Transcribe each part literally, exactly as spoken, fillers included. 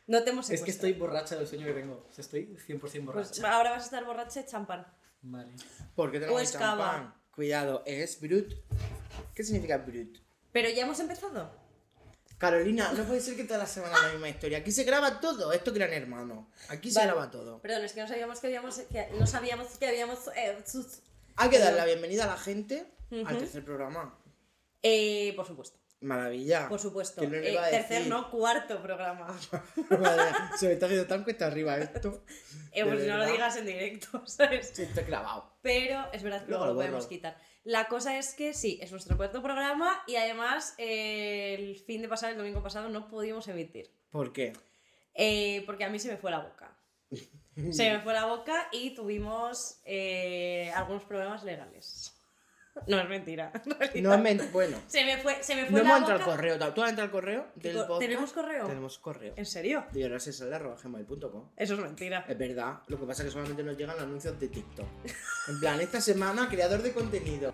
No te hemos Es que estoy borracha del sueño que tengo. O sea, estoy cien por ciento borracha. Pues ahora vas a estar borracha de champán. Vale. ¿Por qué tenemos O escaba. champán? Cuidado, es brut. ¿Qué significa brut? Pero ya hemos empezado. Carolina, no puede ser que toda la semana la misma historia. Aquí se graba todo. Esto que eran hermanos. Aquí se Vale. graba todo. Perdón, es que no sabíamos que habíamos... Que no sabíamos que habíamos... Eh, sus- Hay que dar la bienvenida a la gente Ujú. al tercer programa. eh, por supuesto. Maravilla. Por supuesto. ¿Quién no le Eh, iba a tercer, decir? no, cuarto programa. Madre mía, se me está haciendo tan cuesta arriba esto. Eh, pues De si no lo verdad. digas en directo, ¿sabes? Sí, está clavado. Pero es verdad que Luego luego lo lo borro. podemos quitar. La cosa es que sí, es nuestro cuarto programa y además eh, el fin de pasado, el domingo pasado, no pudimos emitir. ¿Por qué? Eh, porque a mí se me fue la boca. Se me fue la boca y tuvimos eh, algunos problemas legales. No es mentira. en realidad. No es men- Bueno, Se me fue, se me no fue hemos la entrado boca. al correo. ¿Tú has entrado al correo del Co- podcast? ¿tenemos correo? Tenemos correo. ¿En serio? De llorarsesale arroba gmail punto com. Eso es mentira. Es verdad, lo que pasa es que solamente nos llegan anuncios de TikTok. En plan, esta semana, creador de contenido.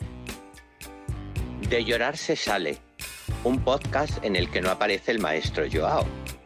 De llorar se sale, un podcast en el que no aparece el maestro Joao.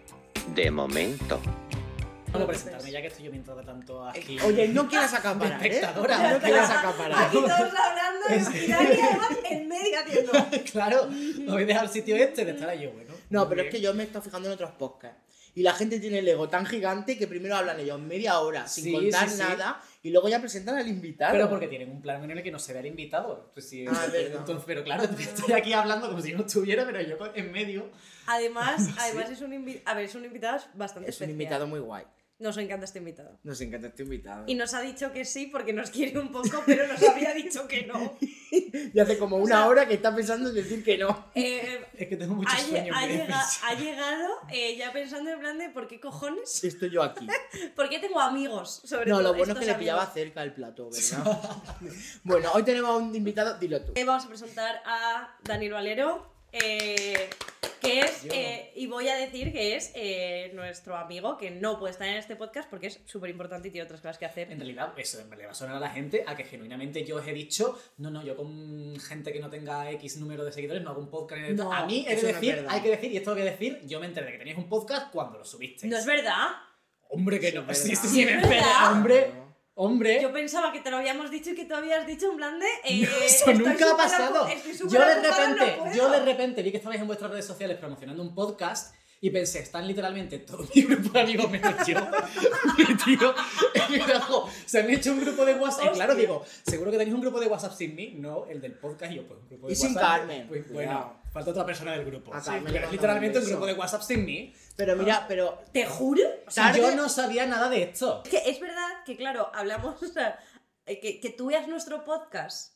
De momento. Puedo presentarme ya que estoy yo mientras tanto aquí. Oye, no quieras acaparar, De ¿eh? espectadora. No quieras acaparar. Aquí todos hablando y Dani además en medio haciendo. Claro, me voy a dejar el sitio este de estar ahí yo, bueno. No, muy pero es bien. que yo me he estado fijando en otros podcasts. Y la gente tiene el ego tan gigante que primero hablan ellos media hora sin Sí, contar sí, sí. nada y luego ya presentan al invitado. Pero porque tienen un plan en el que no se ve al invitado. Pues sí, Ah, es verdad. entonces, pero claro, estoy aquí hablando como si no estuviera, pero yo en medio. Además, además es un invitado. A ver, es un invitado bastante Es un especial. invitado muy guay. Nos encanta este invitado. Nos encanta este invitado. Y nos ha dicho que sí porque nos quiere un poco, pero nos había dicho que no. Y hace como una sea- hora que está pensando en decir que no. Eh, Es que tengo mucho ha, lle- sueño. ha me llega- dices. ha llegado eh, ya pensando en plan de ¿por qué cojones? Estoy yo aquí. ¿Por qué tengo amigos? Sobre No, todo lo bueno es estos que le amigos. pillaba cerca el plato, ¿verdad? Bueno, hoy tenemos a un invitado, dilo tú. Eh, vamos a presentar a Daniel Valero, eh, que es, Yo. eh, y voy a decir que es eh, nuestro amigo, que no puede estar en este podcast porque es súper importante y tiene otras cosas que hacer. En realidad, eso me le va a sonar a la gente a que genuinamente yo os he dicho, no, no, yo con gente que no tenga X número de seguidores no hago un podcast. Ni No, a mí he eso de no es decir, verdad. hay que decir, y esto lo voy a decir, yo me enteré de que teníais un podcast cuando lo subisteis. No es verdad. Hombre, que no, es sí, sí, verdad. sí, ¿Es me verdad? espera, hombre, hombre. Yo pensaba que te lo habíamos dicho y que tú habías dicho en plan de. Eh, No, eso estoy nunca ha súper pasado. ocu- estoy súper Yo de ocupada, repente, no puedo. yo de repente vi que estabais en vuestras redes sociales promocionando un podcast y pensé, están literalmente todo mi grupo de amigos menos yo. Mi tío, y me dijo, se han hecho un grupo de WhatsApp. Y claro, Hostia. digo, seguro que tenéis un grupo de WhatsApp sin mí. No, el del podcast y yo, pues un grupo de Y sin WhatsApp. Carmen. Pues Cuidado. bueno, falta otra persona del grupo. A Sí, Carmen le pero es mandamos literalmente un un beso. grupo de WhatsApp sin mí. Pero mira, pero Te juro. O sea, Tarde- yo no sabía nada de esto. Es que es verdad que, claro, hablamos. O sea, eh, que, que tú veas nuestro podcast.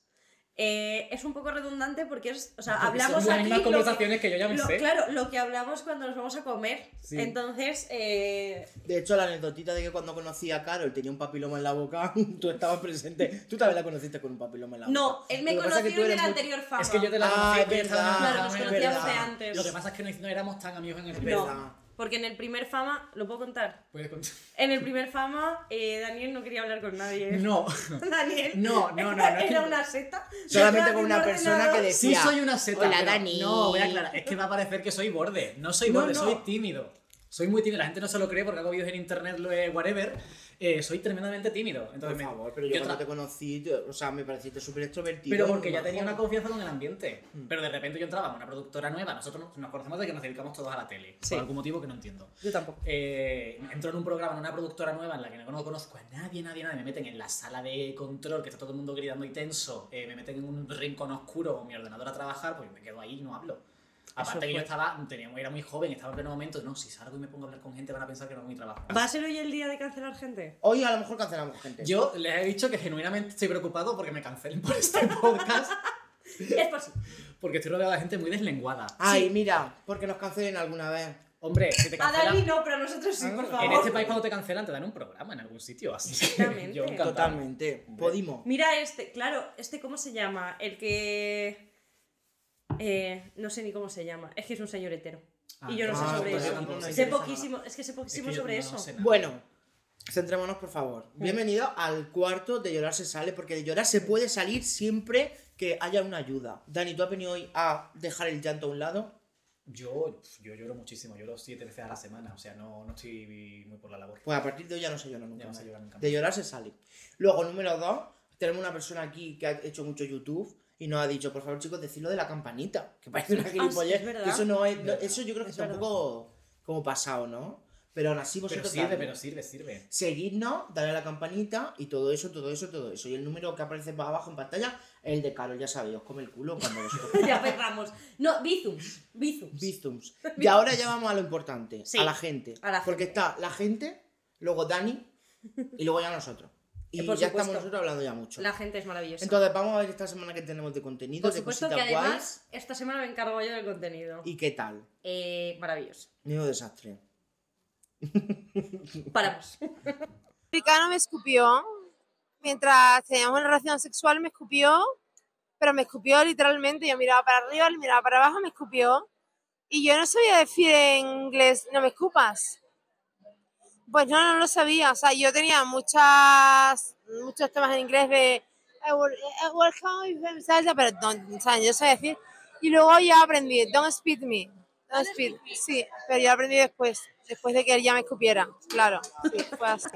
eh, es un poco redundante porque es. O sea, Porque hablamos son las aquí. mismas lo que- conversaciones que yo ya me lo- sé. Claro, lo que hablamos cuando nos vamos a comer. Sí. Entonces, eh, de hecho la anécdotita de que cuando conocí a Carol tenía un papiloma en la boca, tú estabas presente. Tú también la conociste con un papiloma en la boca. no, él me Lo que pasa es que conoció tú en el eres muy- anterior fama. Es que yo te la Ah, conocí. es yo estaba verdad. Claro, enamorado nos en el conocíamos primer de fama. antes. Lo que pasa es que no, no éramos tan amigos en el Es primer No, verdad. porque en el primer fama, ¿lo puedo contar? Puedes contar. En el primer fama, eh, Daniel no quería hablar con nadie. No. Daniel. No, no, no, no, Era, es que- era una seta. Solamente Detrás con de una un persona ordenador. que Sí decía, soy una seta. "Hola, pero Dani". No, voy a aclarar. Es que va a parecer que soy borde. No soy No, borde, no. soy tímido. Soy muy tímido. La gente no se lo cree porque hago vídeos en internet, lo he- whatever. Eh, soy tremendamente tímido. Entonces, Por me- favor, pero yo, yo cuando tra- te conocí, yo- o sea, me pareciste súper extrovertido. Pero porque ya muy tenía majo. una confianza con el ambiente. Mm. Pero de repente yo entraba en una productora nueva. Nosotros nos- nos conocemos de que nos dedicamos todos a la tele. Sí. Por algún motivo que no entiendo. Yo tampoco. Eh, entro en un programa, en una productora nueva en la que no conozco a nadie, nadie, nadie. Me meten en la sala de control, que está todo el mundo gritando y tenso. Eh, me meten en un rincón oscuro con mi ordenador a trabajar, pues me quedo ahí y no hablo. Aparte Eso que yo fue. estaba, teníamos, era muy joven, estaba en pleno momento. No, si salgo y me pongo a hablar con gente van a pensar que no es mi trabajo. ¿Va a ser hoy el día de cancelar gente? Hoy a lo mejor cancelamos gente. Yo les he dicho que genuinamente estoy preocupado porque me cancelen por este podcast. Es posible. Porque estoy rodeado de gente muy deslenguada. Ay, Sí. mira, porque nos cancelen alguna vez. Hombre, si te A Dani cancelan... no, pero a nosotros sí, por favor. En este país cuando te cancelan te dan un programa en algún sitio, así que Exactamente. yo encantado. Totalmente. Podimos. Mira este, claro, este ¿cómo se llama? El que... Eh, no sé ni cómo se llama. Es que es un señor hetero. Ah, y yo no sé ah, sobre pues yo eso. tampoco sé Sé qué es poquísimo, es que sé Es poquísimo que yo sobre no eso. sé nada. Bueno, centrémonos por favor. Mm. Bienvenido al cuarto de Llorar se sale, porque de llorar se puede salir siempre que haya una ayuda. Dani, ¿tú has venido hoy a dejar el llanto a un lado? Yo, yo lloro muchísimo, lloro siete veces a la semana, o sea, no, no estoy muy por la labor. Pues a partir de hoy ya no se llora nunca. Ya no más. se llora nunca De más. llorar se sale. Luego, número dos, tenemos una persona aquí que ha hecho mucho YouTube y nos ha dicho, por favor, chicos, decidlo de la campanita. Que parece una gilipollez. es verdad. que eso no es. no- Verdad. eso yo creo que Es está un verdad. poco como pasado, ¿no? Pero aún así Pero vosotros. sirve, dadle. pero sirve, sirve. Seguidnos, darle a la campanita y todo eso, todo eso, todo eso. Y el número que aparece para abajo en pantalla es el de Carol, ya sabéis, os come el culo cuando vosotros. Ya empezamos. No, Bizums. Bizums. Bizums. Y ahora ya vamos a lo importante, Sí, a la gente. a la Porque gente. está la gente, luego Dani y luego ya nosotros. Y Eh, por ya supuesto. estamos nosotros hablando ya mucho. La gente es maravillosa. Entonces vamos a ver esta semana que tenemos de contenido, Por de supuesto que cositas además, guays. esta semana me encargo yo del contenido. ¿Y qué tal? Eh, maravilloso. Menudo desastre. Paramos. americano me escupió. Mientras teníamos una relación sexual me escupió, pero me escupió literalmente. Yo miraba para arriba, le miraba para abajo, me escupió. Y yo no sabía decir en inglés, no me escupas. Pues no, no lo sabía. O sea, yo tenía muchas, muchos temas en inglés de eh, wel- eh, welcome, ¿sabes? Pero don't, o sea, yo sabía decir. Y luego ya aprendí, don't spit me. Don't spit. Sí, pero yo aprendí después, después de que él ya me escupiera. Claro, sí, fue así.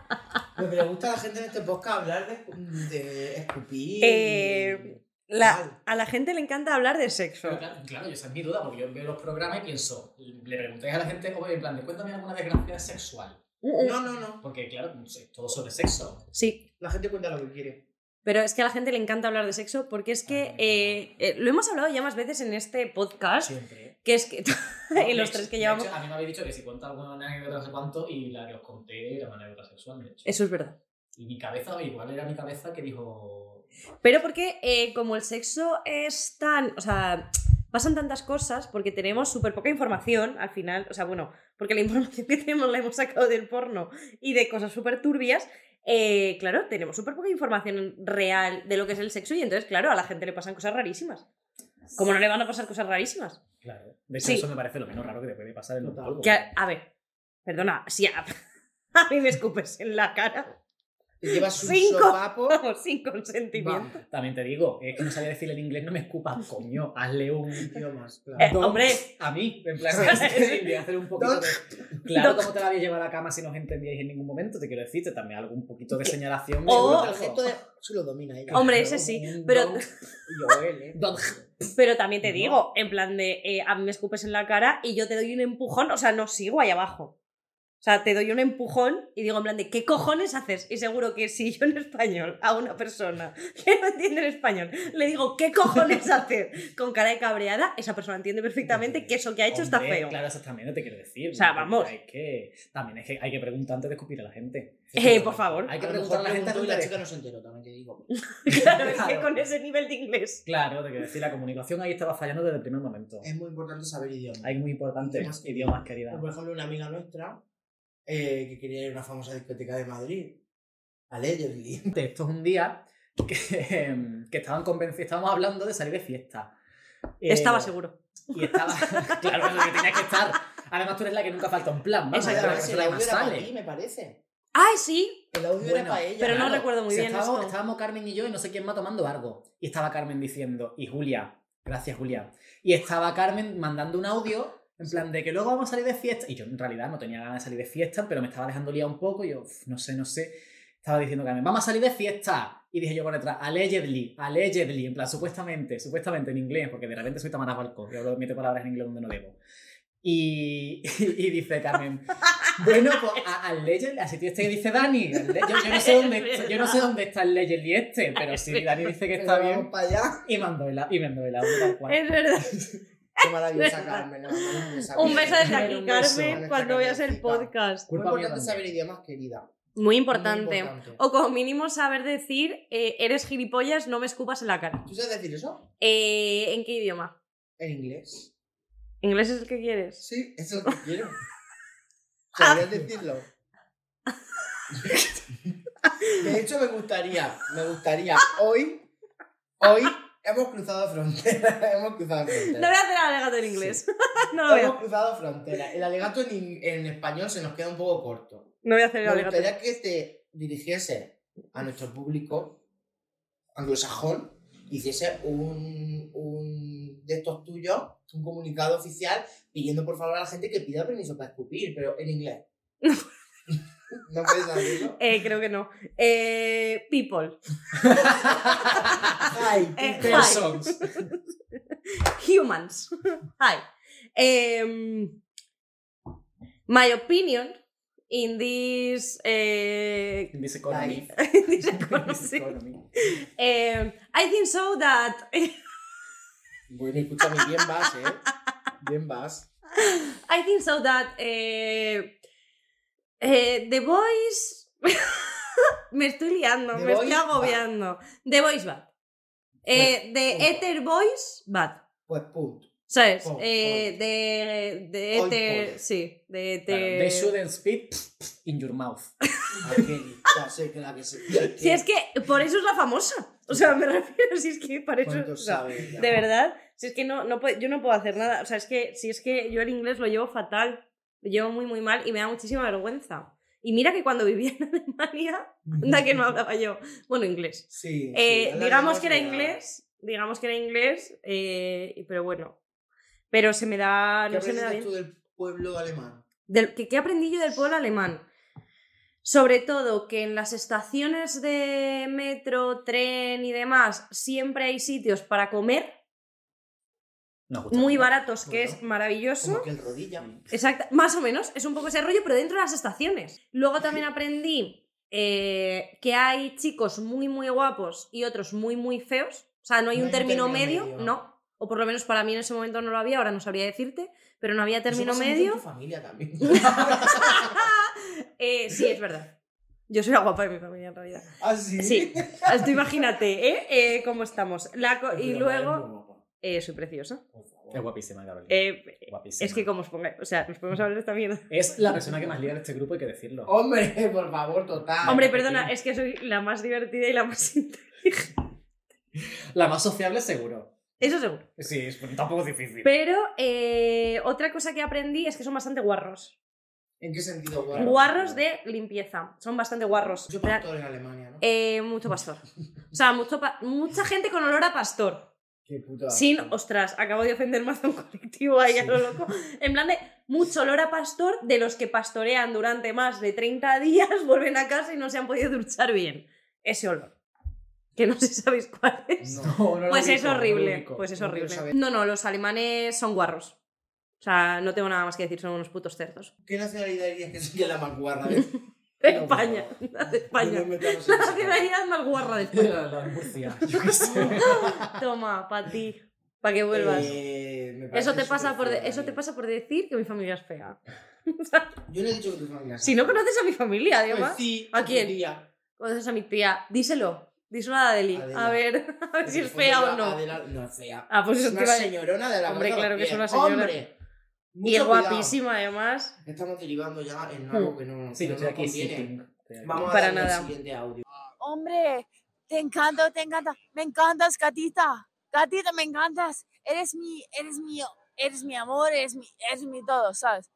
Me gusta a la gente en este podcast hablar de, de escupir. Eh, la- Mal. a la gente le encanta hablar de sexo. Pero claro, claro, esa es mi duda, porque yo veo los programas y pienso, le preguntáis a la gente, oye, en plan, de cuéntame alguna desgracia sexual. No, no, no. Porque, claro, es todo sobre sexo. Sí, La gente cuenta lo que quiere. pero es que a la gente le encanta hablar de sexo porque es que eh, eh, lo hemos hablado ya más veces en este podcast, Siempre. que es que en los De tres hecho- que de llevamos... hecho, a mí me habéis dicho que si cuento alguna anécdota no sé cuánto y la que os conté era una anécdota sexual, de hecho. Eso es verdad. Y mi cabeza, igual era mi cabeza que dijo... Pero porque eh, como el sexo es tan... O sea, pasan tantas cosas porque tenemos súper poca información al final. O sea, bueno, porque la información que tenemos la hemos sacado del porno y de cosas súper turbias. Eh, claro, tenemos súper poca información real de lo que es el sexo y entonces, claro, a la gente le pasan cosas rarísimas. ¿Cómo no le van a pasar cosas rarísimas? Claro. De hecho, Sí. eso me parece lo menos raro que te puede pasar en los polvos. Que, a, a ver, perdona, si a, a mí me escupes en la cara Te llevas un Cinco. sopapo. vamos, sin consentimiento. Va, También te digo, es que no sabía decir en inglés, no me escupas, coño, hazle un... idiomas, claro. Eh, Don't- hombre. A mí, en plan, voy a hacer un poquito de... Claro, Don't- ¿cómo te la habéis llevado a la cama si no os entendíais en ningún momento? Te quiero decirte también algo, un poquito de señalación. me O- seguro que El algo. gesto de... Se lo domina ella. Hombre, Claro, ese sí, un pero- don't- Yo, él, ¿eh? don't- Pero también te No. digo, en plan de, eh, a mí me escupes en la cara y yo te doy un empujón, o sea, no sigo ahí abajo. O sea, te doy un empujón y digo en plan de, ¿qué cojones haces? Y seguro que si yo en español a una persona que no entiende el español le digo, ¿qué cojones haces? Con cara de cabreada, esa persona entiende perfectamente que eso que ha hecho está Hombre, feo. Claro, exactamente, te quiero decir. O sea, ¿no? vamos. Hay que, también es que hay que preguntar antes de escupir a la gente. Eh, por favor. Hay que A lo preguntar a mejor la gente preguntó y la antes chica de... no se enteró, también te digo. Claro, es que Claro. con ese nivel de inglés. Claro, te quiero decir, la comunicación ahí estaba fallando desde el primer momento. Es muy importante saber idiomas. Hay muy importante Idiomas. idiomas, querida. Por ejemplo, una amiga nuestra eh, que quería ir a una famosa discoteca de Madrid. Allegedly. Esto es un día que, que estaban convencidos, estábamos hablando de salir de fiesta. Eh, Estaba seguro. Y estaba, claro, lo que tenías que estar. Además, tú eres la que nunca falta un plan. Vamos, Exacto. eres la Si persona el que audio más era para sale. ti, me parece. ¡Ay, sí! El audio Bueno, era para ella. pero no recuerdo muy si bien estábamos, esto. estábamos Carmen y yo y no sé quién más tomando algo. Y estaba Carmen diciendo, y Julia, gracias Julia. Y estaba Carmen mandando un audio en plan de que luego vamos a salir de fiesta. Y yo en realidad no tenía ganas de salir de fiesta, pero me estaba dejando liar un poco y yo, uf, no sé, no sé. Estaba diciendo Carmen, vamos a salir de fiesta. Y dije yo por detrás, allegedly, allegedly, en plan, supuestamente, supuestamente en inglés, porque de repente soy Tamara Falcó, que hablo, meto palabras en inglés donde no debo. Y, y dice Carmen, bueno, pues a- allegedly, así tío este que dice Dani, alle- yo, yo, no sé dónde, yo no sé dónde está el allegedly este, pero sí, Dani dice que está Pero bien. vamos para allá. Y mandó el, y mandó el audio tal cual. Es verdad. Qué maravillosa Carmen. le mandamos un beso. Un beso desde aquí, Un beso. Carmen, cuando veas el podcast. Muy Culpa mía importante también. saber idiomas, querida. Muy importante. Muy importante. O como mínimo saber decir, eh, eres gilipollas, no me escupas en la cara. ¿Tú sabes decir eso? Eh, ¿En qué idioma? En inglés. ¿Inglés es el que quieres? Sí, eso es lo que quiero. ¿Sabrías decirlo? De hecho, me gustaría, me gustaría, hoy, hoy hemos cruzado fronteras, hemos cruzado No fronteras. voy a hacer el alegato en inglés. No lo voy a Hemos cruzado fronteras. El alegato en, in- en español se nos queda un poco corto. No voy a hacer el Me alegato. gustaría que te dirigiese a nuestro público anglosajón, hiciese un, un de estos tuyos, un comunicado oficial pidiendo por favor a la gente que pida permiso para escupir, pero en inglés. ¿No puedes decirlo? Eh, creo que no. Eh, people. Ay, Eh, Persons. Humans. Hi. Um, my opinion in this, uh, In this economy. in this In economy, this economy. um, I think so that Bueno, escúchame, bien vas, ¿eh? Bien vas. I think so that uh, uh, the voice me estoy liando, The me estoy voice agobiando. The voice bad. Eh, Pues, the punto. ether voice bad. Pues punto. ¿Sabes? Pon, Eh, pon. de, de Hoy, ether, pon. sí, de Claro, ether. they shouldn't spit in your mouth. Aquel, ya sé que la que se... Si es que por eso es la famosa. O sea, me refiero, si es que para eso. ¿Cuánto o sea, sabe ya? de verdad, si es que no, no puedo- yo no puedo hacer nada. O sea, es que si es que yo el inglés lo llevo fatal, lo llevo muy, muy mal y me da muchísima vergüenza. Y mira que cuando vivía en Alemania, anda que no hablaba yo. Bueno, inglés. Sí, Eh, sí, digamos que era me da- inglés, digamos que era inglés, eh, pero bueno. Pero se me da, ¿Qué no se me da aprendes bien. tú del pueblo alemán? Del, ¿qué, ¿Qué aprendí yo del pueblo alemán? Sobre todo que en las estaciones de metro, tren y demás siempre hay sitios para comer Nos gusta muy comer. baratos, que Bueno, es maravilloso. Como que el rodilla. Exacto, más o menos, es un poco ese rollo, pero dentro de las estaciones. Luego también aprendí eh, que hay chicos muy, muy guapos y otros muy, muy feos. O sea, no hay No un hay un término, término medio, medio. no. O por lo menos para mí en ese momento no lo había, ahora no sabría decirte, pero no había término Eso pasa mucho medio. en tu familia también. Eh, sí, es verdad. Yo soy la guapa de mi familia en realidad. ¿Ah, sí? Sí, tú imagínate, ¿eh? Eh, cómo estamos. La co- y luego, eh, soy preciosa. Es guapísima, Carolina. Eh, Guapísima. es que como os pongáis, o sea, nos podemos hablar de esta mierda. Es la persona que más liga en este grupo, hay que decirlo. Hombre, por favor, total. Hombre, porque perdona, sí. es que soy la más divertida y la más inteligente. La más sociable, seguro. Eso seguro. Sí, es, tampoco es difícil. Pero eh, otra cosa que aprendí es que son bastante guarros. ¿En qué sentido, guarro? Guarros de limpieza. Son bastante guarros. Mucho pastor en Alemania, ¿no? Eh, mucho pastor. O sea, mucho pa- mucha gente con olor a pastor. Qué puta. Sin, ostras, acabo de ofender más a un colectivo ahí a Sí. lo loco. En plan de mucho olor a pastor de los que pastorean durante más de treinta días, vuelven a casa y no se han podido duchar bien. Ese olor. Que no sé si sabéis cuál es. No, no lo Pues ubico, es no lo horrible. ubico. Pues es No quiero horrible. saber. No, no, los alemanes son guarros. O sea, no tengo nada más que decir, son unos putos cerdos. ¿Qué nacionalidad dirías que sería la más guarra de De No, España. por la de España. No nos metamos en La esa nacionalidad más guarra de España. La, la de Murcia, yo qué sé. Toma, para ti. Para que vuelvas. Eh, me parece Eso te, pasa por de- superfea, eso te ¿eh? pasa por decir que mi familia es fea. Yo no he dicho que tu familia Si no conoces a mi familia, Pues además. sí, ¿A quién? tía. Conoces a mi tía. Díselo. Díselo a Adeli. Adela. A ver, a ver si En es el fondo fea yo, o no. Adela no es fea. Ah, pues Es eso te una iba a- señorona de la Hombre, cabeza a claro los que es pies. una señora. ¡Hombre! Y es Mucho cuidado. guapísima, además. Estamos derivando ya en algo que no, Sí, que yo no estoy aquí nos conviene. sitting. Estoy aquí. Vamos a Para darle al nada. siguiente audio. Hombre, te encanto, te encanta. Me encantas, gatita. Gatita, me encantas. Eres mi, eres mío, eres mi amor, eres mi, eres mi todo, ¿sabes?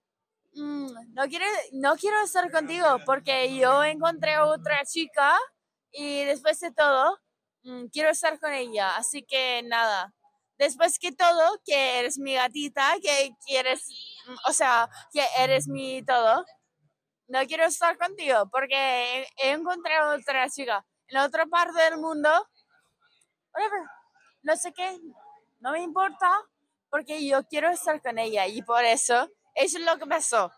Mm, no, quiero, no quiero estar contigo porque yo encontré a otra chica y después de todo, mm, quiero estar con ella. Así que nada. Después que todo, que eres mi gatita, que quieres, mm, o sea, que eres mi todo. No quiero estar contigo porque he, he encontrado otra chica en la otra parte del mundo. Whatever. No sé qué. No me importa porque yo quiero estar con ella y por eso, eso es lo que pasó.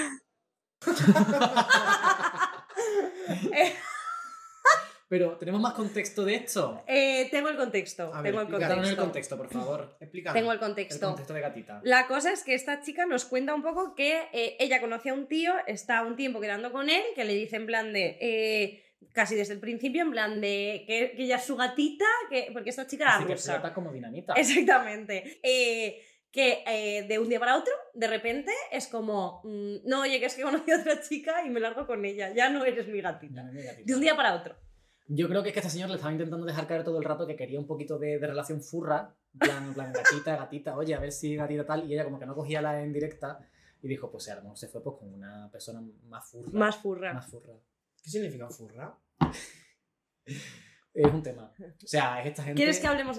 Eh, Pero, ¿tenemos más contexto de esto? eh, tengo el contexto. A ver, tengo el explícanos Danos el contexto. contexto, por favor. Explícame. Tengo el El contexto. contexto de gatita. La cosa es que esta chica nos cuenta un poco que eh, ella conoce a un tío, está un tiempo quedando con él, que le dice en plan de, eh, casi desde el principio, en plan de que, que ella es su gatita, que, porque esta chica era Así que rusa. flota como dinamita. Exactamente. Eh, que eh, de un día para otro, de repente, es como, mm, no, oye, que es que conocí a otra chica y me largo con ella, ya no eres mi Ya gatita. no es mi gatita. De un día para otro. Yo creo que es que este señor le estaba intentando dejar caer todo el rato que quería un poquito de, de relación furra. En plan, en plan, gatita, gatita, oye, a ver si gatita tal. Y ella como que no cogía la en directa. Y dijo, pues a lo mejor se fue pues, con una persona más furra. Más furra. Más furra. ¿Qué significa furra? Es un tema. O sea, es esta gente... ¿Quieres que hablemos de esto?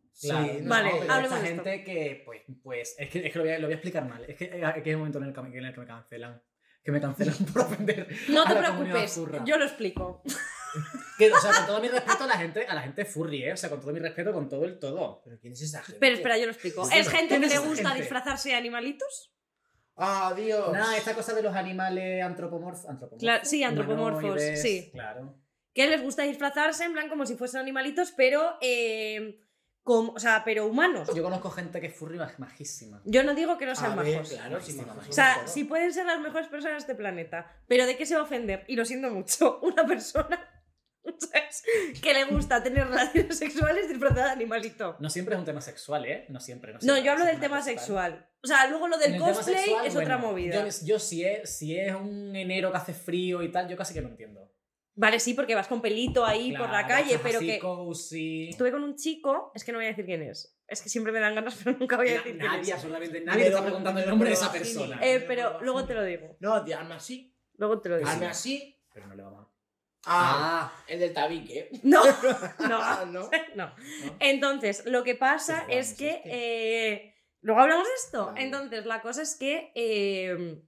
Claro, Sí, no, vale, pero hablemos esta de esto. gente que, pues, pues es que, es que lo, voy a, lo voy a explicar mal. Es que, es que hay un momento en el, que, en el que me cancelan. Que me cancelan por ofender No a te la comunidad preocupes, furra. yo lo explico. Que, o sea, con todo mi respeto a la gente, a la gente furry, ¿eh? O sea, con todo mi respeto, con todo el todo. ¿Pero quién es esa gente? Pero espera, yo lo explico. ¿Quién ¿Es gente que es le esa gusta gente? disfrazarse de animalitos? ¡Ah, Dios! Nada, esta cosa de los animales antropomorfos. ¿Antropomorfos? Claro, sí, antropomorfos, Humanoides, sí. Claro. Que les gusta disfrazarse en plan como si fuesen animalitos, pero... Eh, como, o sea, pero humanos. Yo conozco gente que es furry maj- majísima. Yo no digo que no sean A ver, majos. claro, si Sí, majos o O sea, son todos. si pueden ser las mejores personas de este planeta, pero ¿de qué se va a ofender? Y lo siento mucho, una persona ¿sabes? Que le gusta tener relaciones sexuales disfrazada de animalito. No siempre es un tema sexual, ¿eh? No siempre. No, No, siempre, yo hablo es del una tema cosa tal. sexual. O sea, luego lo En del el tema cosplay sexual, es otra bueno, movida. Yo, yo si, es, si es un enero que hace frío y tal, yo casi que lo entiendo. Vale, sí, porque vas con pelito ahí por la Claro, calle, estás pero así, que... cozy. Estuve con un chico, es que no voy a decir quién es. Es que siempre me dan ganas, pero nunca voy a Na- decir quién nadie, es. absolutamente nadie te está preguntando el nombre de esa Pero así persona. ni- Eh, pero luego te lo digo. No, de hazme así. Luego te lo digo. Hazme así. Pero no le vamos a... Ah, el del tabique. No, Ah, no, ¿no? no. Entonces, lo que pasa Qué es guapo que... es eh, Luego hablamos de esto. Vale. Entonces, la cosa es que eh,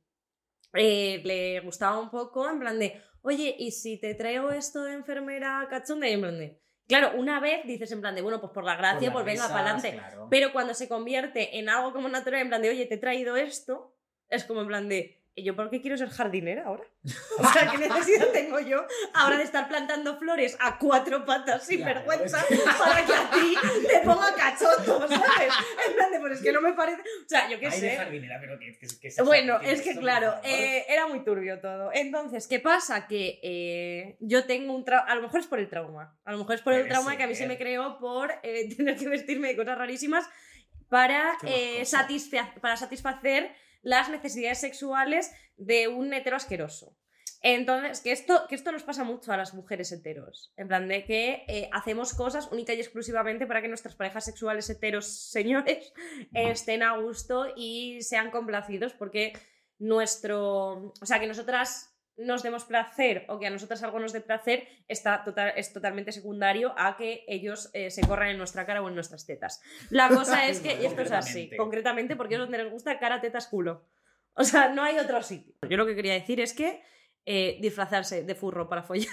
eh, le gustaba un poco, en plan de, oye, ¿y si te traigo esto de enfermera cachonda? Y en plan de... Claro, una vez dices en plan de, bueno, pues por la gracia, Por pues las venga, risas, para adelante. claro. Pero cuando se convierte en algo como natural, en plan de, oye, te he traído esto, es como en plan de, ¿y yo por qué quiero ser jardinera ahora? O sea, ¿qué necesidad tengo yo ahora de estar plantando flores a cuatro patas sin Claro, vergüenza es para que a ti te ponga cachondo, ¿sabes? En plan de, pues es que no me parece... O sea, yo qué Ay, de sé. jardinera, pero que, que, que se Bueno, que es que esto, claro, por favor. eh, era muy turbio todo. Entonces, ¿qué pasa? Que eh, yo tengo un trauma, a lo mejor es por el trauma, a lo mejor es por el Puede trauma que a mí se ser. me creó por eh, tener que vestirme de cosas rarísimas para, Qué más eh, cosas. satisfa- para satisfacer las necesidades sexuales de un hetero asqueroso. Entonces, que esto, que esto nos pasa mucho a las mujeres heteros. En plan de que eh, hacemos cosas única y exclusivamente para que nuestras parejas sexuales heteros, señores, eh, estén a gusto y sean complacidos porque nuestro... O sea, que nosotras nos demos placer o que a nosotras algo nos dé placer está total, es totalmente secundario a que ellos eh, se corran en nuestra cara o en nuestras tetas. La cosa es que, y esto es así, Concretamente. concretamente porque es donde les gusta cara, tetas, culo. O sea, no hay otro sitio. Yo lo que quería decir es que eh, disfrazarse de furro para follar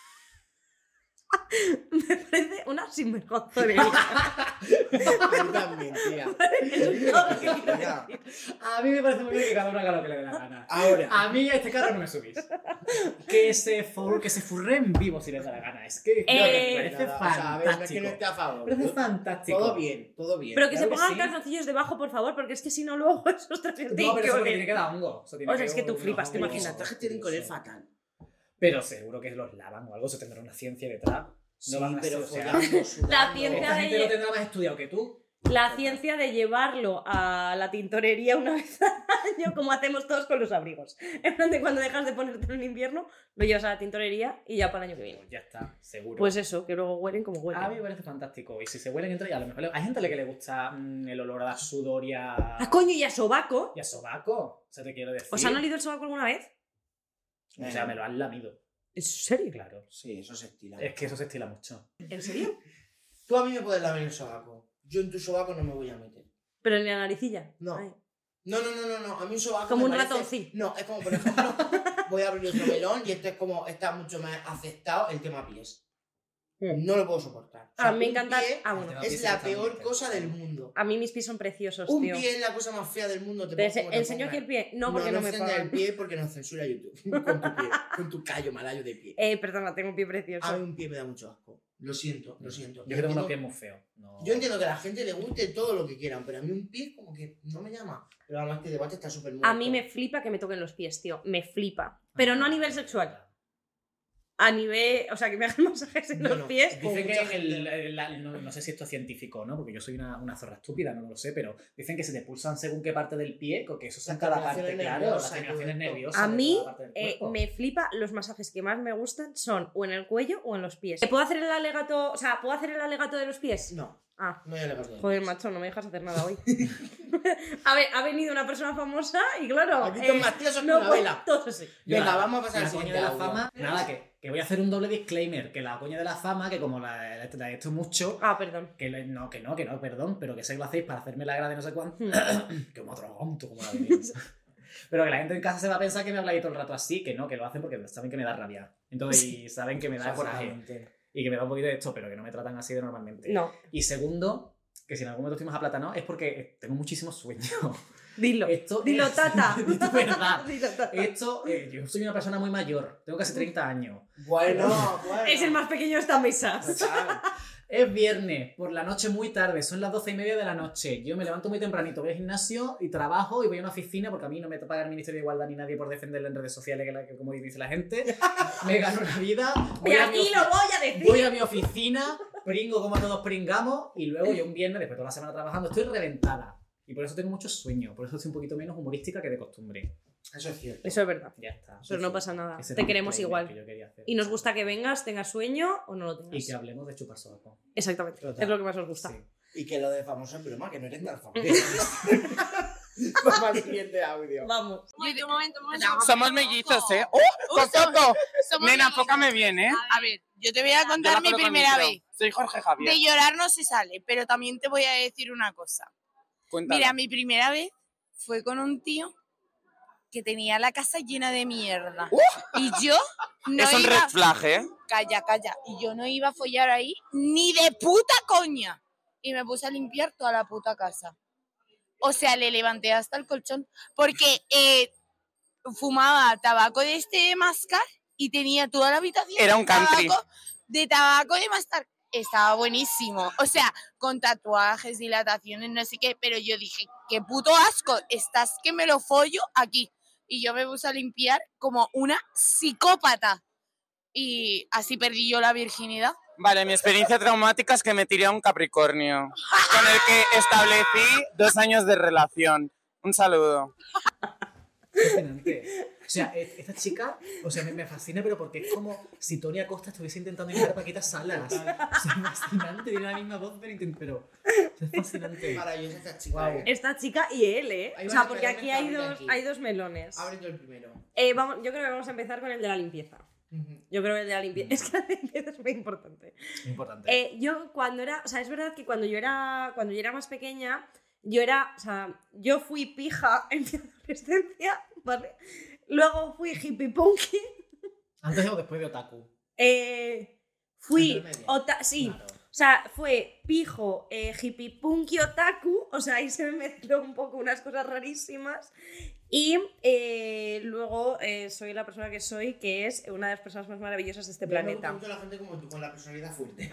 me parece una sinvergonzonería. Yo también, tía. Eso es todo lo que quiero Mira, decir. A mí me parece muy bien que cada uno haga lo que le dé la gana. Ahora. A mí a este carro no me subís. Que se, for, que se furre en vivo si les da la gana. Es que Eh, me parece Nada, o sea, a ver, no es fantástico. que no esté a favor. Me parece fantástico. Todo bien, todo bien. Pero que se Claro que pongan sí. calzoncillos debajo, por favor, porque es que si no luego esos trajes No, tienen pero que eso porque oler. tiene que dar hongo. Eso tiene O sea, es que tú unos flipas, te hongos. imaginas. Los trajes tienen que oler fatal. Pero seguro que los lavan o algo, se tendrá una ciencia detrás. Sí, No van a pero ser, o sea, follando, sudando. La ciencia Esta de- gente lo tendrá más estudiado que tú. La ciencia de llevarlo a la tintorería una vez al año, como hacemos todos con los abrigos. En plan de cuando dejas de ponerte en invierno, lo llevas a la tintorería y ya para el año que viene. Pues ya está, seguro. Pues eso, que luego huelen como huelen. A mí me parece fantástico. Y si se huelen entre ellos, a lo mejor le- hay gente a la que le gusta mm, el olor a sudor y a. ¡Ah, coño! ¿Y a sobaco? Y a sobaco. O sea, te quiero decir. ¿Os han olido el sobaco alguna vez? O sea, me lo han lamido. ¿En serio? Claro. Sí, eso se estila. Es que eso se estila mucho. ¿En serio? Tú a mí me puedes lamer el sobaco. Yo en tu sobaco no me voy a meter. Pero en la naricilla. No. Ay. No, no, no, no, no. A mí un sobaco. Como me un parece- ratoncito. No, es como, por ejemplo, voy a abrir otro melón y esto es como, está mucho más aceptado el tema pies. No lo puedo soportar. O sea, A mí me un encanta. pie Ah, bueno. El tema es pies la está peor muy cosa del interesante. mundo. A mí mis pies son preciosos, Un tío. pie es la cosa más fea del mundo. Te Te pongas como te enseño aquí pongas. el pie. No, porque no, no me enseña pagan. el pie porque nos censura YouTube. Con tu pie. Con tu callo malayo de pie. Eh, perdona, tengo un pie precioso. A mí un pie me da mucho asco. Lo siento, lo siento. Yo creo que unos entiendo- pies muy feos. No. Yo entiendo que a la gente le guste todo lo que quieran, pero a mí un pie como que no me llama. Pero además este debate está súper A mí me flipa que me toquen los pies, tío. Me flipa. Pero no a nivel sexual. A nivel... O sea, que me hagan masajes en No, los no. pies. Como Dicen mucha que el, gente. el- la- no, no sé si esto es científico, ¿no? Porque yo soy una, una zorra estúpida, no lo sé, pero dicen que se te pulsan según qué parte del pie, porque eso son Las cada parte, terminaciones claro, las nerviosas y terminaciones todo esto. nerviosas. A de mí cada parte del eh, cuerpo. me flipa, los masajes que más me gustan son o en el cuello o en los pies. ¿Puedo hacer el alegato, o sea, ¿puedo hacer el alegato de los pies? No, Ah, no hay alegato. joder, macho, no me dejas hacer nada hoy. a ver, ha venido una persona famosa y claro... Aquí están eh, más tiesos que no una puedo- vela. todo así. Yo Venga, la- vamos a pasar la al coña siguiente de la audio. fama. Nada, que que voy a hacer un doble disclaimer, que la coña de la fama, que como la, la, la he hecho mucho, Ah, perdón. que le- no, que no, que no, perdón, pero que sé que lo hacéis para hacerme la grada de no sé cuánto, Hmm. que me atraganto como la de pero que la gente en casa se va a pensar que me habla ahí todo el rato así, que no, que lo hacen porque saben que me da rabia. Entonces, y saben que me da coraje. Exactamente. Y que me da un poquito de esto, pero que no me tratan así de normalmente. No, Y segundo, que si en algún momento estoy más aplatanados, es porque tengo muchísimo sueño. dilo. Esto Dilo, es- tata. Esto es verdad. Dilo, tata. Esto, eh, yo soy una persona muy mayor, tengo casi treinta años. Bueno, bueno. Es el más pequeño de esta mesa. Total. Es viernes, por la noche muy tarde, son las doce y media de la noche. Yo me levanto muy tempranito, voy al gimnasio y trabajo y voy a una oficina porque a mí no me paga el Ministerio de Igualdad ni nadie por defenderla en redes sociales, que, la, que como dice la gente. Me gano la vida. Y Voy a, mi aquí ofi- lo voy a decir. voy a mi oficina, pringo como todos pringamos y luego yo un viernes, después de toda la semana trabajando, estoy reventada. Y por eso tengo mucho sueño, por eso estoy un poquito menos humorística que de costumbre. Eso es cierto. Eso es verdad. Ya está. Pero no pasa nada. Ese Te era el queremos disclaimer igual. que yo quería hacer. Y nos gusta que vengas, tengas sueño o no lo Y tengas. que hablemos de chupar sobaco. Exactamente. Total. Es lo que más nos gusta. Sí. Y que lo de famoso en broma, que no eres tan famoso. Vamos al siguiente audio. Vamos. Un momento, un momento, un momento. Somos mellizos, ¿eh? ¡Oh! Uh, somos- ¡Cococo! somos Nena, mellizos. enfócame bien, ¿eh? A ver, yo te voy a Yo contar la mi coloco el primera micro. vez. Soy Jorge Javier. De llorar no se sale, pero también te voy a decir una cosa. Cuéntalo. Mira, mi primera vez fue con un tío que tenía la casa llena de mierda. Y yo no es un iba... red flag, ¿eh? Calla, calla. Y yo no iba a follar ahí ni de puta coña. Y me puse a limpiar toda la puta casa. O sea, le levanté hasta el colchón. Porque eh, fumaba tabaco de este de mascar y tenía toda la habitación Era un de tabaco- country. de tabaco de mascar. Estaba buenísimo. O sea, con tatuajes, dilataciones, no sé qué. Pero yo dije, qué puto asco. Estás que me lo follo aquí. Y yo me puse a limpiar como una psicópata. Y así perdí yo la virginidad. Vale, mi experiencia traumática es que me tiré a un Capricornio, con el que establecí dos años de relación. Un saludo. Fascinante. O sea, e- esta chica, o sea, me, me fascina, pero porque es como si Tony Acosta estuviese intentando imitar a Paquita Salas. O sea, es fascinante, tiene la misma voz, pero, intent- pero es fascinante. Maravillosa esta chica. Guau. ¿eh? Esta chica y él, ¿eh? Hay O sea, varios porque aquí hay melones que dos, abrir aquí. hay dos melones. Abre tú el primero. Eh, vamos, yo creo que vamos a empezar con el de la limpieza. Ujú. Yo creo que el de la limpieza. Es que la limpieza es muy importante. Importante. Eh, yo cuando era, o sea, es verdad que cuando yo era, cuando yo era más pequeña, yo era, o sea, yo fui pija en mi adolescencia, ¿vale? Luego fui hippie punky, Antes o después de Otaku. eh, fui, Intermedia. ota- sí, Claro. o sea, fue pijo, eh, hippie punky, otaku, o sea, ahí se me mezcló un poco unas cosas rarísimas. Y eh, luego eh, soy la persona que soy, que es una de las personas más maravillosas de este Me gusta planeta. mucho la gente como tú, con la personalidad fuerte.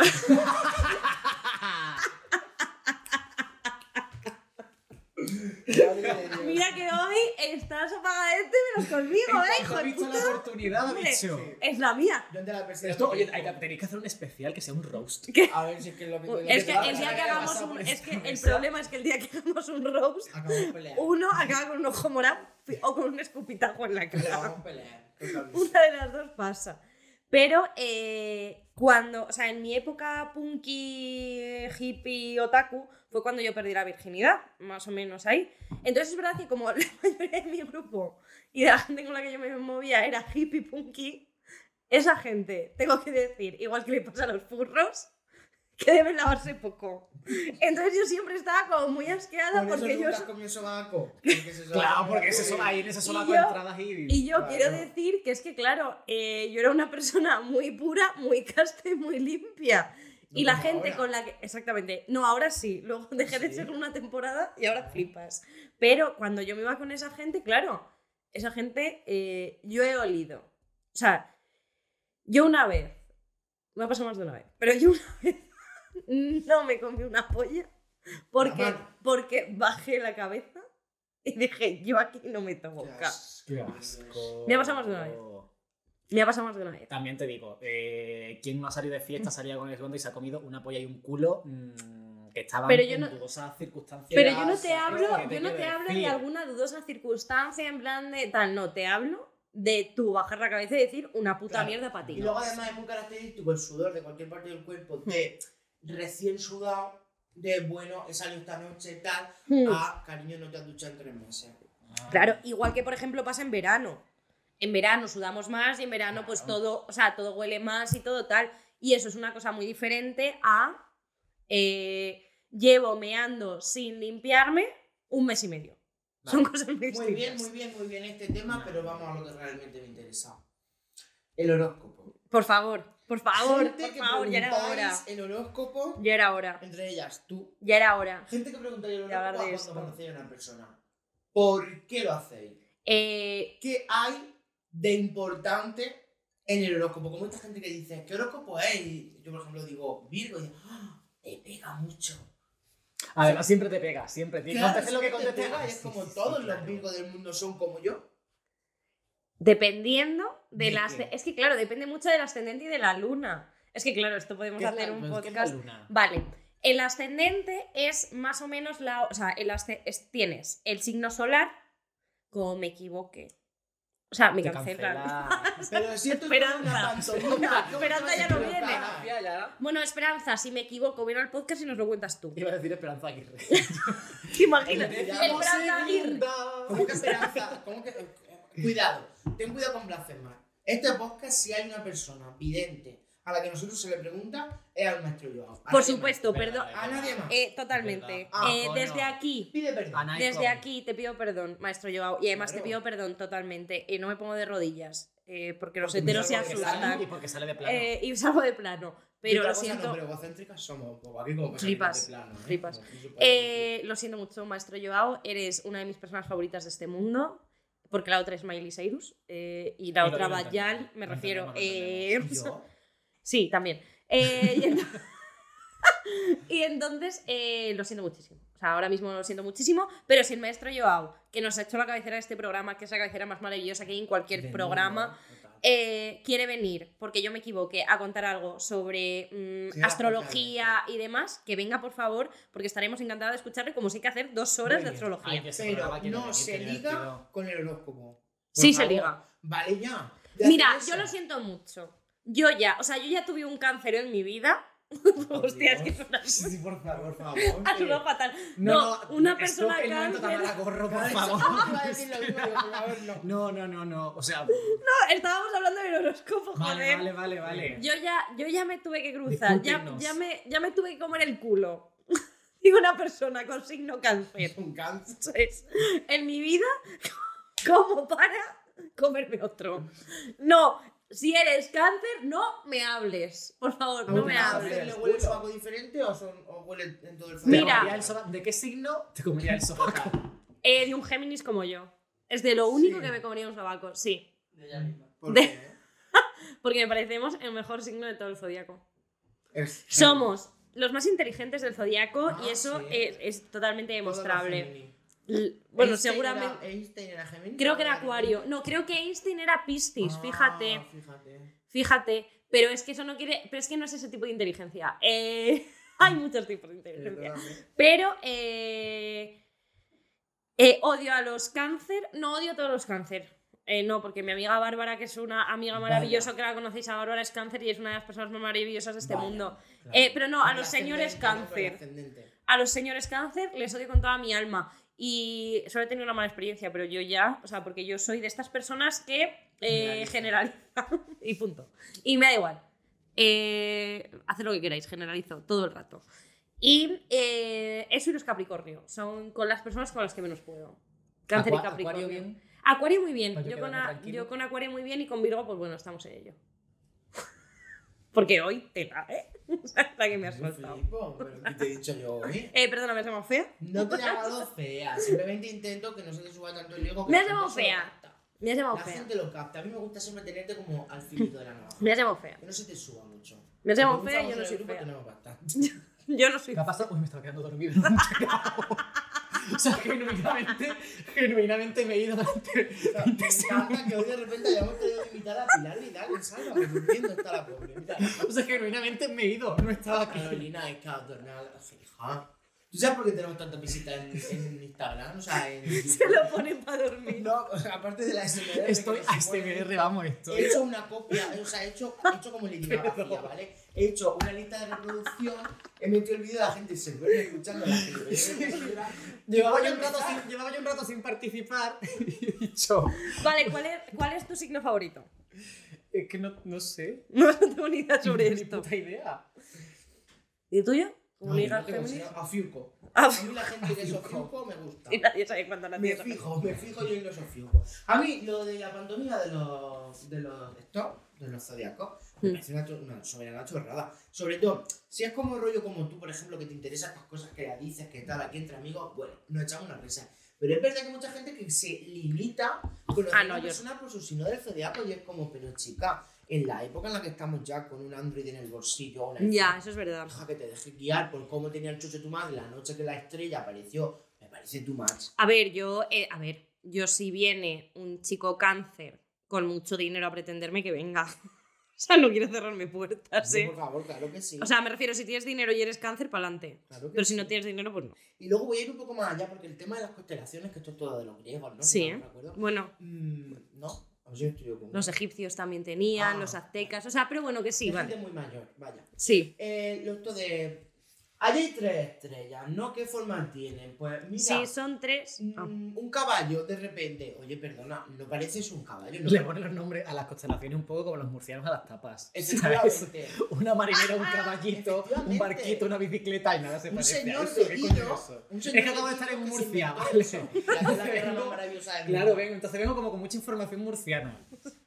Mira que hoy estás apagadete menos conmigo, ¿eh, hijo ¿Has de visto puta? la oportunidad, Hombre, bicho? Es la mía. ¿Dónde la persona? Esto, oye, hay que, tenéis que hacer un especial que sea un roast. A ver si es que lo que Es que lo va a el día pasar que es hagamos pasar un. por Es esta que el mesa, problema es que el día que hagamos un roast, acabamos peleando. uno acaba con un ojo morado o con un escupitajo en la cara. Acabamos peleando. Totalmente. Una de las dos pasa. Pero eh, cuando, o sea, en mi época punky, hippie, otaku, fue cuando yo perdí la virginidad, más o menos ahí. Entonces es verdad que como la mayoría de mi grupo y de la gente con la que yo me movía era hippie punky, esa gente, tengo que decir, igual que le pasa a los furros, que deben lavarse poco. Entonces yo siempre estaba como muy asqueada Por eso porque yo... nunca has comido sobaco. Porque ese sobaco Claro, porque era ese muy- sola, ahí en ese sola Y con yo- entradas y... Y yo Claro. quiero decir que es que, claro, eh, yo era una persona muy pura, muy casta y muy limpia. No Y la como gente ahora. con la que... Exactamente. No, ahora sí. Luego dejé de ¿Sí? ser una temporada y ahora flipas. Pero cuando yo me iba con esa gente, claro, esa gente eh, yo he olido. O sea, yo una vez... Me ha pasado más de una vez. Pero yo una vez no me comí una polla porque, La mano. porque bajé la cabeza y dije, yo aquí no meto Qué boca. asco. Qué asco. Me ha pasado más de una vez. Me ha pasado más de una vez. También te digo, eh, ¿quién no ha salido de fiesta, salía con el segundo y se ha comido una polla y un culo mmm, que estaban Pero yo en no- dudosas circunstancias? Pero yo no te ¿Qué hablo, pasa? yo no te quiero hablo de decir? alguna dudosa circunstancia en plan de tal, no, te hablo de tú bajar la cabeza y decir una puta Claro. mierda para ti. Y luego además es muy característico el sudor de cualquier parte del cuerpo, de recién sudado, de bueno, he salido esta noche, tal, Hmm. a cariño, no te has duchado en tres meses. Ah. Claro, igual que por ejemplo pasa en verano, en verano sudamos más y en verano Claro. pues todo, o sea, todo huele más y todo tal. Y eso es una cosa muy diferente a eh, llevo meando sin limpiarme un mes y medio. Vale. Son cosas muy Muy distintas. bien, muy bien, muy bien este tema, pero vamos a lo que realmente me interesa. El horóscopo. Por favor, por favor, Gente por que favor, ya era hora. preguntáis el horóscopo, Ya era hora. entre ellas tú. Ya era hora. Gente que pregunta el De hablar horóscopo de a esto. cuando conocéis a una persona. ¿Por qué lo hacéis? Eh, ¿Qué hay de importante en el horóscopo? Como esta gente que dice, ¿qué horóscopo es? Y yo, por ejemplo, digo Virgo y digo, ¡ah! Te pega mucho. Además, siempre te pega, siempre. Te Claro, contestes lo que siempre te contestes. pega ah, y es sí, como sí, sí, todos claro. los Virgos del mundo son como yo. dependiendo de, ¿De las... qué? Es que claro, depende mucho del ascendente y de la luna. Es que claro, esto podemos ¿Qué hacer tal? un Pues, ¿qué es la podcast. luna? Vale, el ascendente es más o menos la... O sea, el asce- es- tienes el signo solar, como me equivoque. O sea, me Te cancelan. cancela. Pero siento que Esperanza. una pantomima. Esperanza ya no viene. Esperanza, ya. Bueno, Esperanza, si me equivoco, ven al podcast y nos lo cuentas tú. Iba a decir Esperanza Aguirre. Imagínate. El Esperanza Aguirre. ¿Cómo que esperanza? ¿Cómo que...? Cuidado, ten cuidado con blasfemar. Este podcast, si hay una persona vidente a la que nosotros se le pregunta, es al maestro Joao. A Por nadie supuesto, Verdad, perdón. verdad. A nadie más. Eh, totalmente. Verdad. Ah, Eh, coño. desde aquí, más. Pide perdón. Ana- desde Icon. aquí te pido perdón, maestro Joao. Y además Claro. te pido perdón totalmente. Y no me pongo de rodillas. eh, porque los Porque heteros se porque sale- asustan. Y porque sale de plano. eh, y salgo de plano. Y Pero otra lo cosa siento. No, pero egocéntricas somos, como aquí como Flipas, de plano, ¿eh? flipas. Como aquí se puede Eh, lo siento mucho, maestro Joao. Eres una de mis personas favoritas de este mundo. Porque la otra es Miley Cyrus. eh, y la Y lo otra que no Bajal, entendemos, me no refiero. entendemos, no eh, ¿Yo? Sí, también. Eh, y, ento- y entonces, eh, lo siento muchísimo. O sea, ahora mismo lo siento muchísimo. Pero si el maestro Joao, que nos ha hecho la cabecera de este programa, que es la cabecera más maravillosa que hay en cualquier Del programa, mundo, total. eh, quiere venir, porque yo me equivoqué, a contar algo sobre mm, Sí, astrología y demás, que venga, por favor, porque estaremos encantados de escucharle, como si hay que hacer dos horas Muy de bien. astrología. Ay, que ese Pero programa quiero no venir, se qué liga divertido. con el horóscopo. Por Sí, se favor. liga. Vale, ya. De Mira, hacer yo eso. lo siento mucho. Yo ya, o sea, yo ya tuve un cáncer en mi vida. Por Hostia, es que Dios. suena, Sí, sí, por favor, por favor. ha sonado fatal. No, una persona stop el momento cáncer. Tamara Gorro, por Claro, favor. eso iba a decir lo mismo, digo, por favor, no. No, no, no, no. O sea, No, estábamos hablando del horóscopo, vale, joder. vale, vale, vale. Yo ya, yo ya me tuve que cruzar, ya, Discúlpenos. ya, me, ya me tuve que comer el culo. Digo, una persona con signo cáncer. Es un cáncer. Entonces, en mi vida, como para comerme otro. No, si eres cáncer, no me hables. Por favor, no ¿A me un hables. cáncer le huele el sobaco diferente o, son, o huele en todo el Te Mira. comería el soba- ¿De qué signo te comería el sobaco? Eh, de un Géminis como yo. Es de lo único Sí. que me comería un sobaco, sí. De ella misma. ¿Por De- qué? Porque me parecemos el mejor signo de todo el zodiaco. Es- Somos los más inteligentes del zodiaco Ah, y eso sí. es, es totalmente Todo lo demostrable. Gemini. L- Bueno, Einstein seguramente. Era, Einstein era Gemini. Creo que era Acuario. No, creo que Einstein era Piscis, Ah, fíjate. Fíjate. Fíjate. Pero es que eso no quiere. Pero es que no es ese tipo de inteligencia. Eh, hay muchos tipos de inteligencia. Perdóname. Pero eh, eh, odio a los cáncer. No odio a todos los cáncer. Eh, no, porque mi amiga Bárbara, que es una amiga Vaya. maravillosa, que la conocéis a Bárbara, es cáncer y es una de las personas más maravillosas de este Vaya, mundo. claro. Eh, pero no, a El los señores ascendente, ¿no? Con el cáncer. ascendente. A los señores cáncer les odio con toda mi alma. Y solo he tenido una mala experiencia, pero yo ya, o sea, porque yo soy de estas personas que eh, generalizan y punto. Y me da igual. Eh, haced lo que queráis, generalizo todo el rato. Y eh, eso y los Capricornio son con las personas con las que menos puedo. Cáncer y Acua- Capricornio. Acuario bien. Acuario muy bien. Pues yo Yo con, quedarme a- tranquilo. yo con Acuario muy bien y con Virgo, pues bueno, estamos en ello. Porque hoy tela, ¿eh? O sea, hasta que me has Yo soltado. flipo, pero ¿qué te he dicho yo hoy? Eh, perdona, ¿me has llamado fea? No te he llamado fea, simplemente intento que no se te suba tanto el ego. que Me la has gente llamado se lo fea. capta. Me has llamado La fea. gente lo capta. A mí me gusta siempre tenerte como al filito de la navaja. Me has llamado fea. Que no se te suba mucho. Me has llamado Porque fea y muy yo no famosos soy en el grupo fea. tenemos bastante. Yo no soy ¿Qué ha pasado? Uy, me estaba quedando dormido. No me he enterado. O sea, genuinamente, genuinamente me he ido durante Me encanta que hoy de repente hayamos tenido que invitar a Pilar Vidal en Sálvame, durmiendo está la pobre. Mira, O sea, genuinamente me he ido, no estaba aquí. Carolina, es que adornar. Hija, ¿Tú sabes por qué tenemos tantas visitas en, en Instagram? O sea, en Se lo ponen para dormir. No, o sea, aparte de la A S M R. Estoy que a nos ponen, S M R, vamos, estoy. He hecho una copia, o sea, he hecho, he hecho como Lady Gaga hacía, ¿vale? He hecho una lista de reproducción, he metido el vídeo de la gente y se duerme escuchando la gente. Llevaba yo un rato sin, llevaba yo un rato sin participar y he dicho... Vale, ¿cuál es, ¿cuál es tu signo favorito? Es que no, no sé. No tengo ni idea sobre Ni esto. puta idea. ¿Y el tuyo? No, ¿Un yo liga no tengo femenino? signo, a Fiuco. Ah, A mí la gente que es Ofiuco me gusta. y nadie sabe cuándo Me nació. fijo, me fijo yo en los Ofiucos. A mí lo de la pantomima de los de los estos, de los zodiacos, me Mm. parece una, cho- una soberana chorrada. Sobre todo, si es como rollo como tú, por ejemplo, que te interesan estas cosas que ya dices, que tal, aquí entre amigos, bueno, nos echamos una risa. Pero es verdad que hay mucha gente que se limita a conocer Ah, a no, una yo- persona por su signo del zodiaco y es como, pero chica, en la época en la que estamos ya con un Android en el bolsillo, una Ya, eso es verdad. deja que te dejes guiar por cómo tenía el chocho tu madre la noche que la estrella apareció, me parece too much. A ver, yo, eh, a ver, yo si viene un chico cáncer con mucho dinero a pretenderme, que venga. O sea, no quiero cerrarme puertas, Sí, ¿eh? por favor, claro que sí. O sea, me refiero, si tienes dinero y eres cáncer, para adelante. Claro que Pero si sí. no tienes dinero, pues no. Y luego voy a ir un poco más allá porque el tema de las constelaciones, que esto es todo de los griegos, ¿no? Sí, Si ¿eh? mal no recuerdo. Bueno, Mm, no, a ver si estoy yo con los egipcios también tenían, Ah. los aztecas, o sea, pero bueno, que sí, Hay vale. gente muy mayor, vaya. Sí. Eh, lo esto de... Allí hay tres estrellas, ¿no? ¿Qué forma tienen? Pues mira, Sí, son tres. mm, Ah. un caballo de repente. Oye, perdona, no pareces un caballo, ¿no? Le ponen los nombres a las constelaciones un poco como los murcianos a las tapas. Efectivamente. Una marinera, un caballito, un Efectivamente. barquito, una bicicleta y nada se Un parece señor a eso. de ¿Qué coño Guillo, es eso? un Es señor que acabo de de estar en Guillo que se Murcia, inventó ¿vale? eso. La de la guerra más maravillosa del Claro, mundo. vengo, entonces vengo como con mucha información murciana.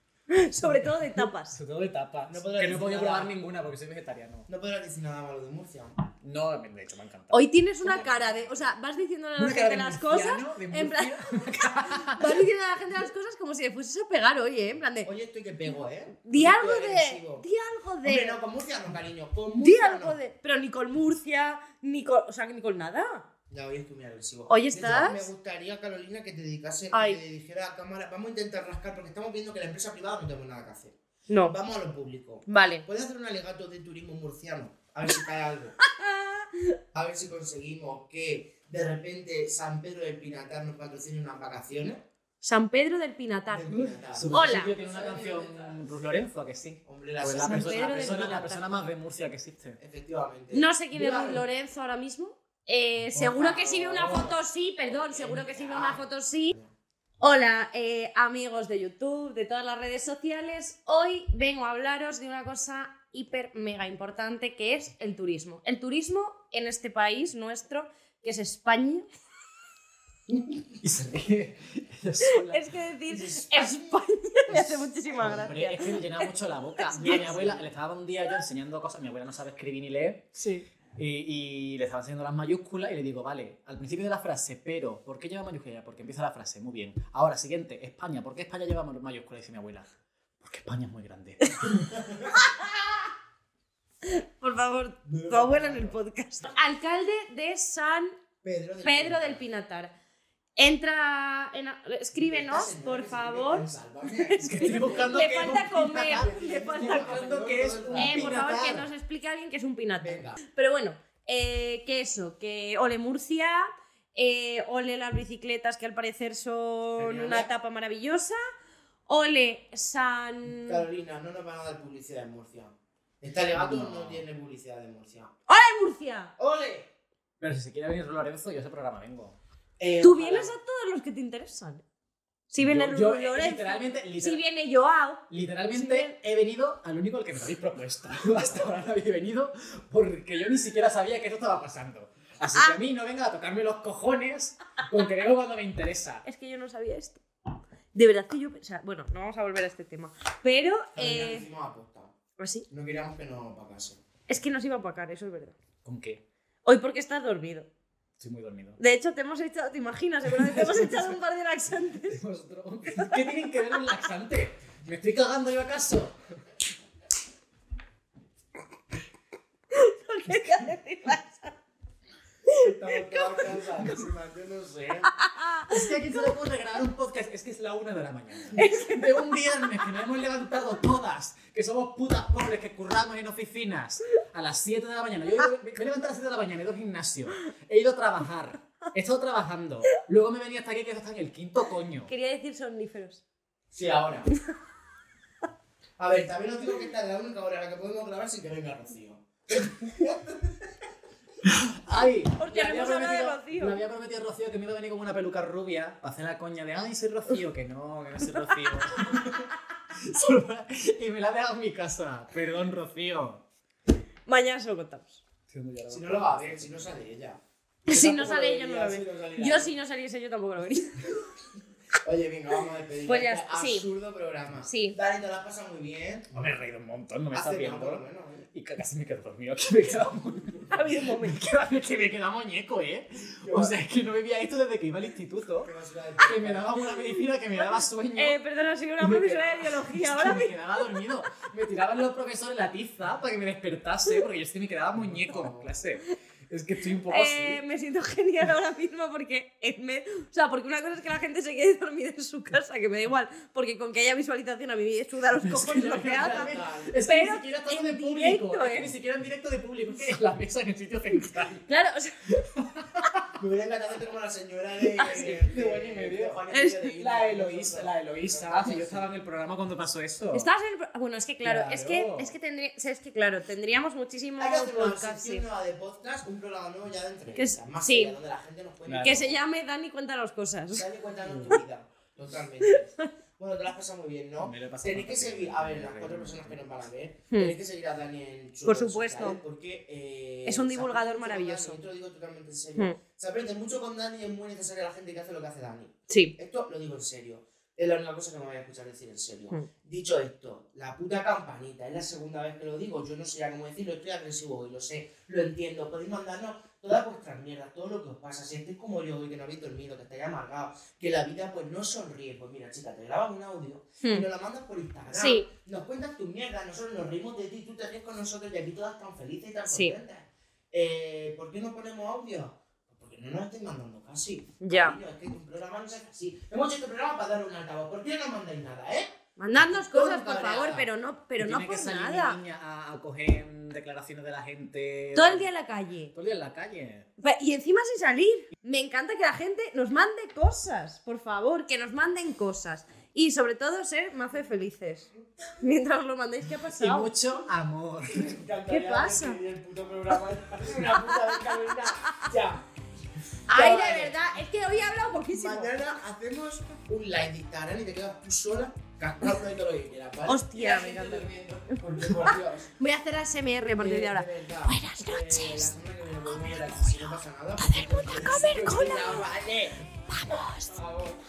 Sobre todo de tapas. Sobre todo de tapas. No podrás que no he decir podido nada. probar ninguna porque soy vegetariano. No podrás decir nada malo de Murcia. No, de hecho me ha encantado. Hoy tienes una cara de. O sea, vas diciéndole a la Una cara gente de las murciano, cosas. de En plan, Murcia. vas diciendo a la gente las cosas como si le fueses a pegar, oye, en plan de. Oye, estoy que pego, ¿eh? Di Estoy algo de. agresivo. Di algo de. Hombre, no, con Murcia no, cariño. Con Di Murcia algo no. de. Pero ni con Murcia, ni con. O sea, ni con nada. Ya, hoy estoy muy agresivo. Hoy De hecho, estás- me gustaría, Carolina, que te dedicase, Ay. que te dijera a cámara. Vamos a intentar rascar porque estamos viendo que la empresa privada no tenemos nada que hacer. No. Vamos a lo público. Vale. ¿Puedes hacer un alegato de turismo murciano? A ver si cae algo. A ver si conseguimos que de repente San Pedro del Pinatar nos patrocine unas vacaciones. San Pedro del Pinatar. Del Pinatar. Su Hola. municipio tiene una canción Rus Lorenzo, ¿a que sí? Hombre, la Pues la, San persona, Pedro la, del persona, la Pinatar. persona más de Murcia que existe. Efectivamente. No sé quién es Dígalo. Ruth Lorenzo ahora mismo. Eh, seguro que si ve una foto sí, perdón, seguro que si ve una foto sí. Hola, eh, amigos de YouTube, de todas las redes sociales. Hoy vengo a hablaros de una cosa hiper mega importante que es el turismo. El turismo en este país nuestro, que es España. Y se ríe ella sola. Es que decir España me hace muchísima Hombre, gracia. es que me llenaba mucho la boca. A mi abuela le estaba un día yo enseñando cosas. Mi abuela no sabe escribir ni leer. Sí. Y, y le estaba enseñando las mayúsculas y le digo, vale, al principio de la frase, pero, ¿por qué lleva mayúsculas? Porque empieza la frase, muy bien. Ahora, siguiente, España. ¿Por qué España lleva mayúsculas? Dice mi abuela. Porque España es muy grande. Por favor, tu abuela en el podcast. Alcalde de San Pedro del Pedro del Pinatar. Entra, en, escríbenos, Esta por señora que favor. se mete en Sálvame. Es que estoy buscando Le qué es falta un comer, pinatar. le falta Estoy buscando qué es un Eh, por favor, que pinatar. nos explique alguien que es un pinatar. Venga. Pero bueno, eh, que eso, que ole Murcia, eh, ole las bicicletas que al parecer son Genial, una ¿eh? etapa maravillosa, ole San... Carolina, no nos van a dar publicidad en Murcia. Este alegato no. no tiene publicidad de Murcia. ¡Ole Murcia! ¡Ole! Pero si se quiere venir Lorenzo, yo a ese programa vengo. Eh, Tú ojalá. vienes a todos los que te interesan. Si viene Yo- yo, Ruth Lorenzo, literalmente, si literal- viene Joao, Literalmente he venido al único al que me habéis propuesto. Hasta ahora no habéis venido porque yo ni siquiera sabía que eso estaba pasando. Así que a mí no venga a tocarme los cojones con que vengo cuando me interesa. es que yo no sabía esto. De verdad que yo... O sea, bueno, no vamos a volver a este tema. Pero... Carolina, lo Eh, hicimos aposta. así. No queríamos que nos pagase. Es que nos iba a apacar, eso es verdad. ¿Con qué? Hoy porque estás dormido. Estoy muy dormido. De hecho, te hemos echado, ¿te imaginas? Seguramente te hemos echado un par de laxantes. ¿Qué tienen que ver un laxante? ¿Me estoy cagando yo acaso? No quería decir laxantes. Estamos todos cansadísimas, yo no sé. Es que a quién se le ocurre grabar un podcast, es que es la una de la mañana. De un viernes que nos hemos levantado todas, que somos putas pobres, que curramos en oficinas a las siete de la mañana. Yo he ido- me he levantado a las siete de la mañana, he ido al gimnasio, he ido a trabajar, he estado trabajando, luego me venía hasta aquí que esto está en el quinto coño. Quería decir somníferos. Sí, ahora. A ver, también os digo que esta es la única hora en la que podemos grabar sin que venga Rocío. Ay, Hostia, le no había hemos hablado de prometido- Rocío. Le había prometido a Rocío que me iba a venir con una peluca rubia para hacer la coña de ay, soy Rocío, que no, que no soy Rocío. Solo para- y me la ha dejado en mi casa. Perdón, Rocío. Mañana se lo contamos. Si no lo va a ver, si no sale ella. Si no tampoco sale lo ella, no vería, lo si ve. no saliera Yo ella. si no saliese yo tampoco lo vería. Oye, venga, vamos a despedir Pues ya este está, sí. absurdo programa. Sí. Dani, te lo has pasado muy bien. Me he reído un montón, no me estás Hace nada, por lo viendo. menos, ¿eh? Y casi me quedo dormido, que me he quedado muy... Ha habido un momento. que, que me queda muñeco, ¿eh? O sea, es que no vivía esto desde que iba al instituto. Qué basura de Que me daba una medicina que me daba sueño. Eh, perdona, soy una Y me profesora de quedaba- biología es que ahora me mismo. quedaba dormido. Me tiraban los profesores la tiza para que me despertase, porque yo es que me quedaba muñeco en clase. Es que estoy un poco Eh, así. me siento genial ahora mismo porque en me- o sea, porque una cosa es que la gente se quede dormida en su casa, que me da igual, porque con que haya visualización a mí me suda los cojones lo que haga. Es que pero ni siquiera estamos en de público. directo, Es que ¿eh? ni siquiera en directo de público. Es que en la mesa en el sitio central. Claro, o sea, Me hubiera encantado hacerte como la señora de... De buen y medio. de Juan y medio de Isla. La Eloísa, la Eloísa. Si yo estaba en el programa cuando pasó eso. estabas en el pro- bueno, es que claro, es que Claro. es que tendría, o sea, es que claro, tendríamos muchísimos Hay que hacer una podcasts, sección sí. nueva de podcast, un programa nuevo ya de entrevistas. Que es- más sí. allá, donde la gente nos cuenta. Claro. Que se llame Dani cuéntanos cosas. Dani, cuéntanos tu vida. Totalmente. Bueno, te lo has pasado muy bien, ¿no? Me lo he pasado Tenéis que bastante seguir, bien, a ver, me las reí cuatro un personas que montón. nos van a ver, Hmm. tenéis que seguir a Dani en su Por redes supuesto. sociales porque eh, Es un se divulgador aprende mucho con maravilloso. Dani, yo te lo digo totalmente en serio. Hmm. Se aprende mucho con Dani y es muy necesaria la gente que hace lo que hace Dani. Sí. Esto lo digo en serio. Es la única cosa que me voy a escuchar decir en serio. Hmm. Dicho esto, la puta campanita, es la segunda vez que lo digo, yo no sé ya cómo decirlo, estoy agresivo hoy, lo sé, lo entiendo, podéis mandarnos todas vuestras mierdas, todo lo que os pasa, si estáis como yo hoy, que no habéis dormido, que estáis amargados, que la vida pues no sonríe, pues mira chica, te grabas un audio y Hmm. nos la mandas por Instagram, Sí. nos cuentas tus mierdas, nosotros nos reímos de ti, tú te ríes con nosotros y aquí todas tan felices y tan Sí. contentas. Eh, ¿Por qué no ponemos audio? Porque no nos estáis mandando casi. Ya. Cariño, es que un programa no se hace así. Hemos hecho este programa para dar un altavoz. ¿Por qué no mandáis nada, eh? Mandadnos Todo cosas, por cabreada. favor, pero no, pero Y no tiene por que salir nada. mi niña a, a coger mm, declaraciones de la gente. Todo el día en la calle. Todo el día en la calle. Pe- Y encima sin salir. Me encanta que la gente nos mande cosas, por favor, que nos manden cosas. Y sobre todo ser más felices. Mientras lo mandéis, ¿qué ha Y pasado? mucho amor. ¿Qué pasa? El puto programa es una puta descabellada. Ya. Ay, vale. de verdad, es que hoy he hablado poquísimo. Mañana hacemos un live de Instagram y te quedas tú sola cascando de todo lo que quieras, ¿vale? Hostia, Y la me gente encanta. durmiendo, porque, por Dios. Voy a hacer A S M R a partir de ahora. verdad. Buenas Eh, noches. la semana que viene volvemos a ver aquí, si no pasa nada. Todo el mundo a comer cola. Ya, vale. Vamos. Por favor.